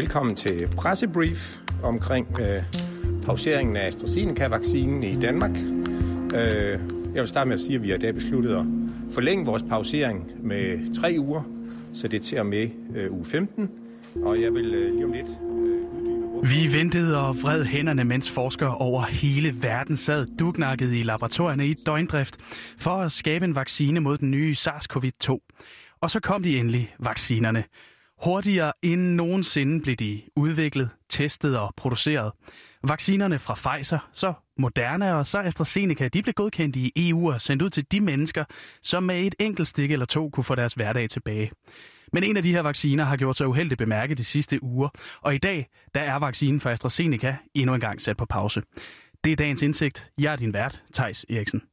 velkommen til pressebrief omkring pauseringen af AstraZeneca-vaccinen i Danmark. Jeg vil starte med at sige, at vi har i dag besluttet at forlænge vores pausering med 3 uger, så det er til og med uge 15. Og jeg vil lige om lidt uddybe. Vi ventede og vred hænderne, mens forskere over hele verden sad dugnakkede i laboratorierne i døgndrift for at skabe en vaccine mod den nye SARS-CoV-2. Og så kom de endelig, vaccinerne. Hurtigere end nogensinde blev de udviklet, testet og produceret. Vaccinerne fra Pfizer, så Moderna og så AstraZeneca, de blev godkendt i EU og sendt ud til de mennesker, som med et enkelt stik eller 2 kunne få deres hverdag tilbage. Men en af de her vacciner har gjort sig uheldigt bemærket de sidste uger, og i dag der er vaccinen for AstraZeneca endnu en gang sat på pause. Det er dagens indsigt. Jeg er din vært, Theis Eriksen.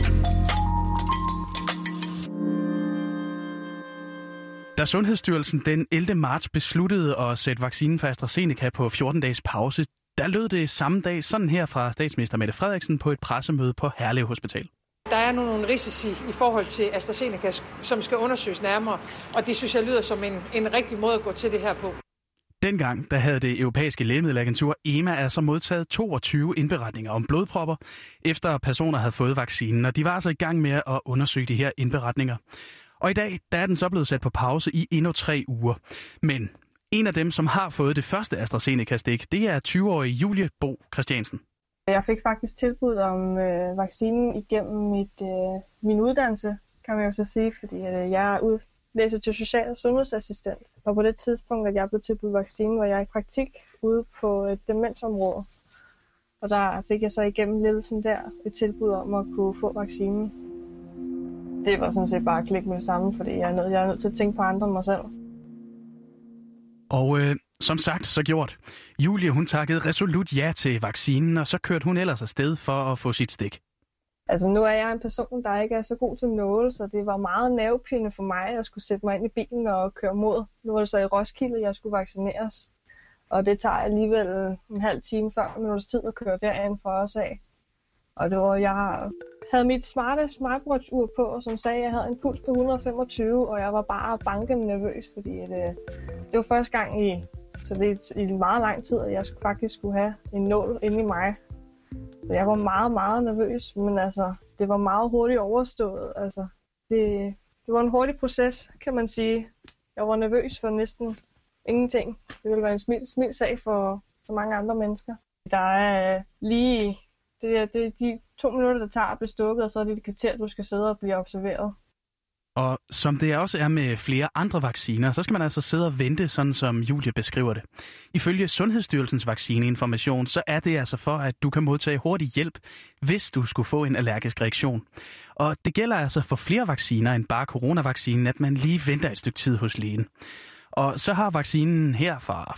Da Sundhedsstyrelsen den 11. marts besluttede at sætte vaccinen for AstraZeneca på 14-dages pause, der lød det samme dag sådan her fra statsminister Mette Frederiksen på et pressemøde på Herlev Hospital. Der er nu nogle risici i forhold til AstraZeneca, som skal undersøges nærmere, og det synes jeg lyder som en rigtig måde at gå til det her på. Dengang der havde det europæiske lægemiddelagentur EMA altså modtaget 22 indberetninger om blodpropper, efter personer havde fået vaccinen, og de var altså i gang med at undersøge de her indberetninger. Og i dag der er den så blevet sat på pause i endnu 3 uger. Men en af dem, som har fået det første AstraZeneca-stik, det er 20-årige Julie Bo Christiansen. Jeg fik faktisk tilbud om vaccinen igennem min uddannelse, kan man jo så sige, fordi jeg læser til social- og sundhedsassistent. Og på det tidspunkt, at jeg blev tilbudt vaccinen, var jeg i praktik ude på et demensområde. Og der fik jeg så igennem ledelsen der et tilbud om at kunne få vaccinen. Det var sådan set bare at klikke med det samme, fordi jeg er nødt til at tænke på andre end mig selv. Og som sagt, så gjort. Julie, hun takkede resolut ja til vaccinen, og så kørte hun ellers afsted for at få sit stik. Altså nu er jeg en person, der ikke er så god til nåle, så det var meget nervepirrende for mig at skulle sætte mig ind i bilen og køre mod. Nu var det så i Roskilde, jeg skulle vaccineres. Og det tager alligevel en halv time, 40 minutters tid at køre derind for os af. Og det var, jeg havde mit smartwatch-ur på, som sagde, at jeg havde en puls på 125, og jeg var bare bankende nervøs, fordi det var første gang i meget lang tid, at jeg faktisk skulle have en nål inde i mig. Så jeg var meget, meget nervøs, men altså, det var meget hurtigt overstået. Altså, det var en hurtig proces, kan man sige. Jeg var nervøs for næsten ingenting. Det ville være en smild sag for mange andre mennesker. Der er lige det er de 2 minutter, der tager at blive stukket, og så er det et kvarter, du skal sidde og blive observeret. Og som det også er med flere andre vacciner, så skal man altså sidde og vente, sådan som Julie beskriver det. Ifølge Sundhedsstyrelsens vaccineinformation, så er det altså for, at du kan modtage hurtig hjælp, hvis du skulle få en allergisk reaktion. Og det gælder altså for flere vacciner end bare coronavaccinen, at man lige venter et stykke tid hos lægen. Og så har vaccinen her fra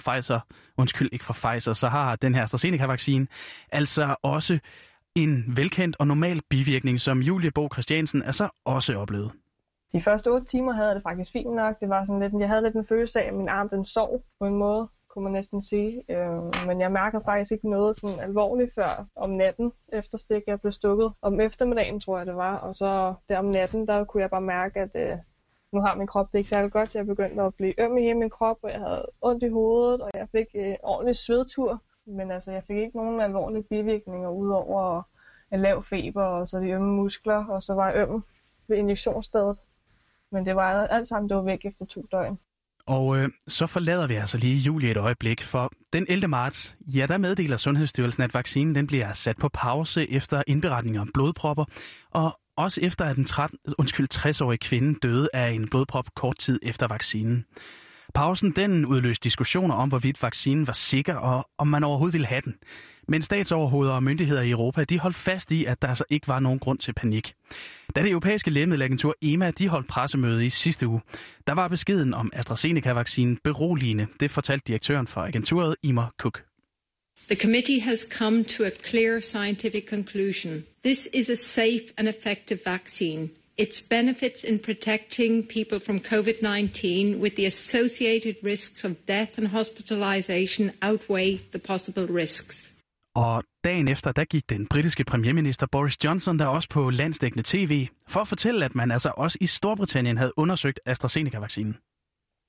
Pfizer, så har den her AstraZeneca-vaccine altså også en velkendt og normal bivirkning, som Julie Bo Christiansen altså også oplevet. De første 8 timer havde jeg det faktisk fint nok. Det var sådan lidt, jeg havde lidt en følelse af, at min arm den sov på en måde, kunne man næsten sige. Men jeg mærkede faktisk ikke noget sådan alvorligt før om natten, efter stik jeg blev stukket. Om eftermiddagen, tror jeg det var. Og så der om natten, der kunne jeg bare mærke, at nu har min krop det ikke særlig godt. Jeg begyndte at blive øm i hele min krop, og jeg havde ondt i hovedet, og jeg fik ordentlig svedtur. Men altså, jeg fik ikke nogen alvorlige bivirkninger, udover en lav feber, og så de ømme muskler, og så var jeg øm ved injektionsstedet. Men det var alt sammen, det var væk efter 2 døgn. Og så forlader vi altså lige Julie et øjeblik, for den 11. marts, ja, der meddeler Sundhedsstyrelsen, at vaccinen den bliver sat på pause efter indberetninger om blodpropper, og også efter at en 60-årig kvinde døde af en blodprop kort tid efter vaccinen. Pausen den udløste diskussioner om, hvorvidt vaccinen var sikker, og om man overhovedet ville have den. Men statsoverhoveder og myndigheder i Europa, de holdt fast i, at der altså ikke var nogen grund til panik. Da det europæiske lægemiddelagentur EMA, de holdt pressemøde i sidste uge, der var beskeden om AstraZeneca-vaccinen beroligende. Det fortalte direktøren for agenturet, Imer Cook. The committee has come to a clear scientific conclusion. This is a safe and effective vaccine. Its benefits in protecting people from COVID-19 with the associated risks of death and hospitalization outweigh the possible risks. Og dagen efter, der gik den britiske premierminister Boris Johnson der også på landsdækkende tv for at fortælle, at man altså også i Storbritannien havde undersøgt AstraZeneca-vaccinen.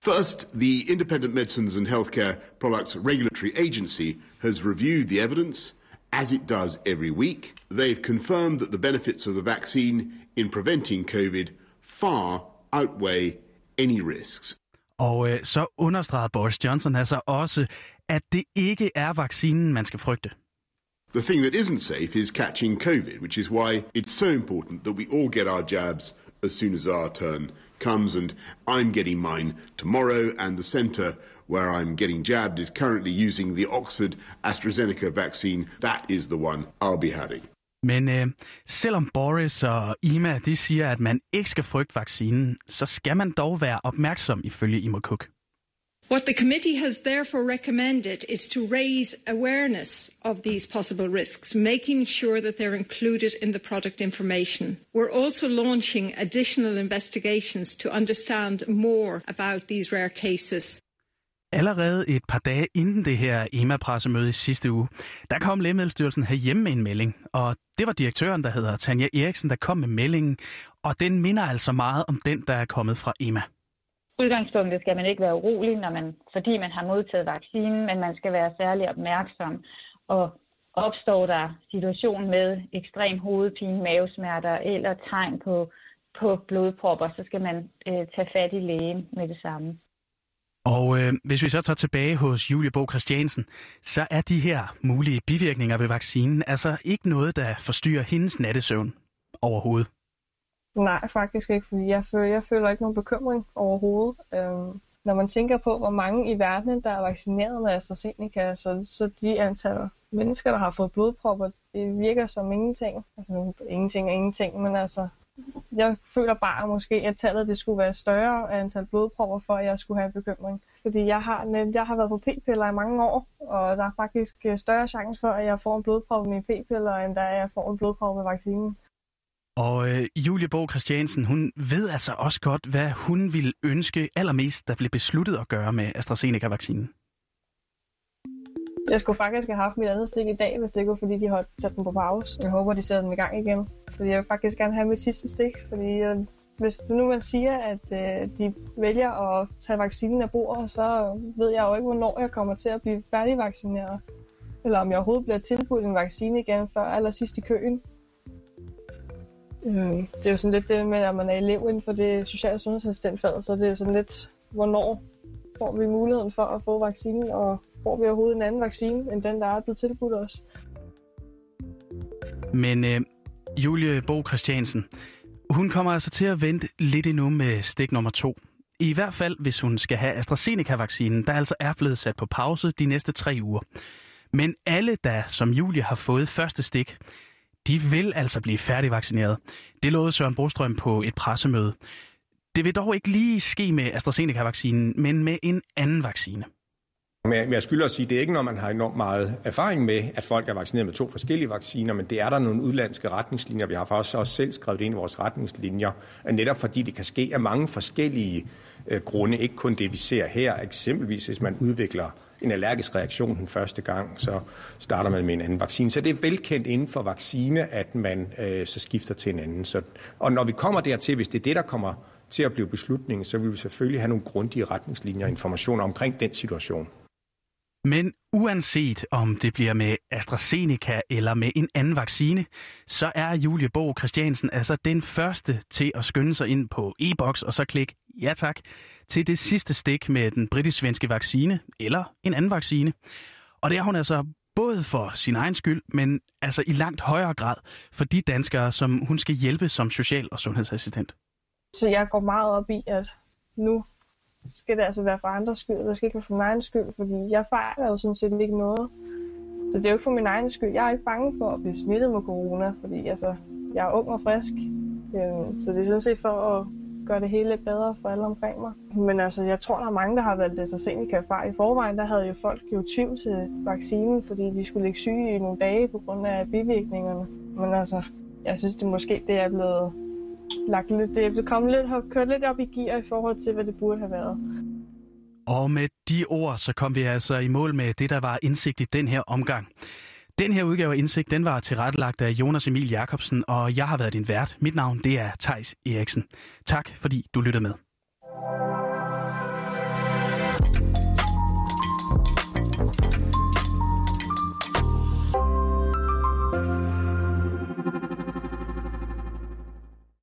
First, the Independent Medicines and Healthcare Products Regulatory Agency has reviewed the evidence, as it does every week. They've confirmed that the benefits of the vaccine in preventing COVID far outweigh any risks. Og så understregede Boris Johnson altså også, at det ikke er vaccinen, man skal frygte. The thing that isn't safe is catching COVID, which is why it's so important that we all get our jabs as soon as our turn comes, and I'm getting mine tomorrow, and the centre where I'm getting jabbed is currently using the Oxford AstraZeneca vaccine. That is the one I'll be having. Men selvom Boris og Ima de siger, at man ikke skal frygte vaccinen, så skal man dog være opmærksom ifølge Ima Cook. What the committee has therefore recommended is to raise awareness of these possible risks, making sure that they're included in the product information. We're also launching additional investigations to understand more about these rare cases. Allerede et par dage inden det her EMA-pressemøde i sidste uge, der kom Lægemiddelstyrelsen herhjemme med en melding, og det var direktøren, der hedder Tanja Eriksen, der kom med meldingen, og den minder altså meget om den, der er kommet fra EMA. Udgangspunktet skal man ikke være urolig, fordi man har modtaget vaccinen, men man skal være særlig opmærksom. Og opstår der situation med ekstrem hovedpine, mavesmerter eller tegn på blodpropper, så skal man tage fat i lægen med det samme. Og hvis vi så tager tilbage hos Julie Bo Christiansen, så er de her mulige bivirkninger ved vaccinen altså ikke noget, der forstyrrer hendes nattesøvn overhovedet. Nej, faktisk ikke, fordi jeg føler ikke nogen bekymring overhovedet. Når man tænker på, hvor mange i verden, der er vaccineret med AstraZeneca, så de antal mennesker, der har fået blodpropper, det virker som ingenting. Altså ingenting er ingenting, men altså, jeg føler bare måske, at tallet det skulle være større antal blodpropper, for at jeg skulle have bekymring. Fordi jeg har været på p-piller i mange år, og der er faktisk større chance for, at jeg får en blodprop med p-piller, end da jeg får en blodprop med vaccinen. Og Julie Bo Christiansen, hun ved altså også godt, hvad hun ville ønske allermest, der blev besluttet at gøre med AstraZeneca-vaccinen. Jeg skulle faktisk have haft mit andet stik i dag, hvis det ikke var, fordi de holdt sat den på pause. Jeg håber, de sætter den i gang igen. Fordi jeg vil faktisk gerne have mit sidste stik. Fordi hvis nu man siger, at de vælger at tage vaccinen af bordet, så ved jeg jo ikke, hvornår jeg kommer til at blive færdigvaccineret. Eller om jeg overhovedet bliver tilbudt en vaccine igen før allersidst i køen. Det er jo sådan lidt det med, at man er elev inden for det social- og sundhedsassistentfag, så det er jo sådan lidt, hvornår får vi muligheden for at få vaccinen, og får vi overhovedet en anden vaccine, end den, der er blevet tilbudt os. Men Julie Bo Christiansen, hun kommer altså til at vente lidt endnu med stik nummer 2. I hvert fald, hvis hun skal have AstraZeneca-vaccinen, der altså er blevet sat på pause de næste 3 uger. Men alle, der som Julie har fået første stik, de vil altså blive færdigvaccineret. Det lovede Søren Brostrøm på et pressemøde. Det vil dog ikke lige ske med AstraZeneca-vaccinen, men med en anden vaccine. Men jeg skylder at sige, at det er ikke, når man har enormt meget erfaring med, at folk er vaccineret med 2 forskellige vacciner, men det er der nogle udlandske retningslinjer. Vi har faktisk også selv skrevet ind i vores retningslinjer, netop fordi det kan ske af mange forskellige grunde, ikke kun det, vi ser her. Eksempelvis, hvis man udvikler en allergisk reaktion den første gang, så starter man med en anden vaccine. Så det er velkendt inden for vaccine, at man så skifter til en anden. Og når vi kommer dertil, hvis det er det, der kommer til at blive beslutningen, så vil vi selvfølgelig have nogle grundige retningslinjer og informationer omkring den situation. Men uanset om det bliver med AstraZeneca eller med en anden vaccine, så er Julie Bo Christiansen altså den første til at skynde sig ind på e-boks og så klikke ja tak til det sidste stik med den britisk-svenske vaccine eller en anden vaccine. Og det er hun altså både for sin egen skyld, men altså i langt højere grad for de danskere, som hun skal hjælpe som social- og sundhedsassistent. Så jeg går meget op i, at nu skal det altså være for andres skyld, og det skal ikke være for min egen skyld, fordi jeg fejler jo sådan set ikke noget. Så det er jo ikke for min egen skyld. Jeg er ikke bange for at blive smittet med corona, fordi altså, jeg er ung og frisk. Så det er sådan set for at gøre det hele lidt bedre for alle omkring mig. Men altså, jeg tror, der er mange, der har valgt AstraZeneca fra. I forvejen, der havde jo folk jo tvivl til vaccinen, fordi de skulle ligge syge i nogle dage på grund af bivirkningerne. Men altså, jeg synes, det måske det er blevet lagt lidt, det er blevet kørt lidt op i gear i forhold til, hvad det burde have været. Og med de ord, så kom vi altså i mål med det, der var indsigt i den her omgang. Den her udgave af Indsigt, den var tilrettelagt af Jonas Emil Jacobsen, og jeg har været din vært. Mit navn, det er Theis Eriksen. Tak, fordi du lyttede med.